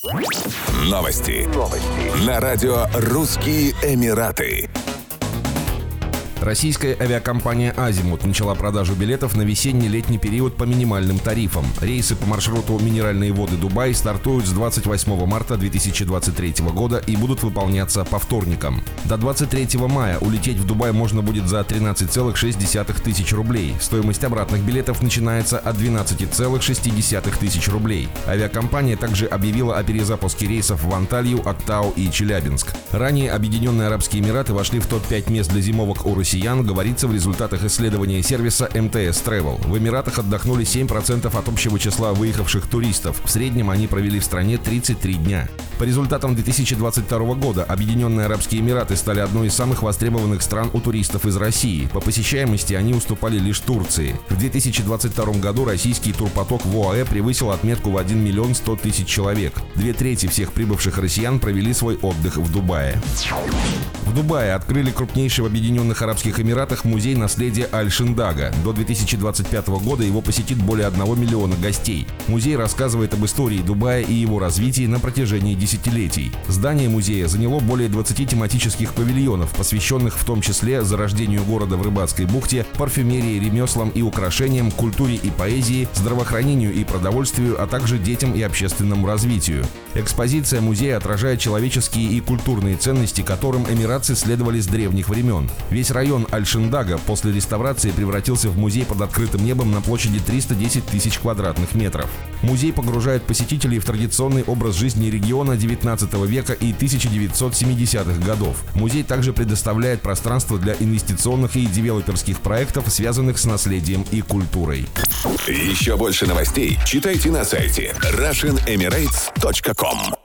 Новости. На радио «Русские Эмираты». Российская авиакомпания «Азимут» начала продажу билетов на весенне-летний период по минимальным тарифам. Рейсы по маршруту «Минеральные воды Дубай» стартуют с 28 марта 2023 года и будут выполняться по вторникам. До 23 мая улететь в Дубай можно будет за 13,6 тысяч рублей. Стоимость обратных билетов начинается от 12,6 тысяч рублей. Авиакомпания также объявила о перезапуске рейсов в Анталью, Актау и Челябинск. Ранее Объединенные Арабские Эмираты вошли в топ-5 мест для зимовок у россиян, говорится в результатах исследования сервиса МТС Travel. В Эмиратах отдохнули 7% от общего числа выехавших туристов. В среднем они провели в стране 33 дня. По результатам 2022 года Объединенные Арабские Эмираты стали одной из самых востребованных стран у туристов из России. По посещаемости они уступали лишь Турции. В 2022 году российский турпоток в ОАЭ превысил отметку в 1 миллион 100 тысяч человек. 2/3 всех прибывших россиян провели свой отдых в Дубае. В Дубае открыли крупнейший в Объединенных Арабских Эмиратах музей наследия Аль-Шиндага. До 2025 года его посетит более 1 миллиона гостей. Музей рассказывает об истории Дубая и его развитии на протяжении десятилетий. Здание музея заняло более 20 тематических павильонов, посвященных в том числе зарождению города в Рыбацкой бухте, парфюмерии, ремеслам и украшениям, культуре и поэзии, здравоохранению и продовольствию, а также детям и общественному развитию. Экспозиция музея отражает человеческие и культурные ценности, которым эмиратцы следовали с древних времен. Весь район Аль-Шиндага после реставрации превратился в музей под открытым небом на площади 310 тысяч квадратных метров. Музей погружает посетителей в традиционный образ жизни региона 19 века и 1970-х годов. Музей также предоставляет пространство для инвестиционных и девелоперских проектов, связанных с наследием и культурой. Еще больше новостей читайте на сайте RussianEmirates.com.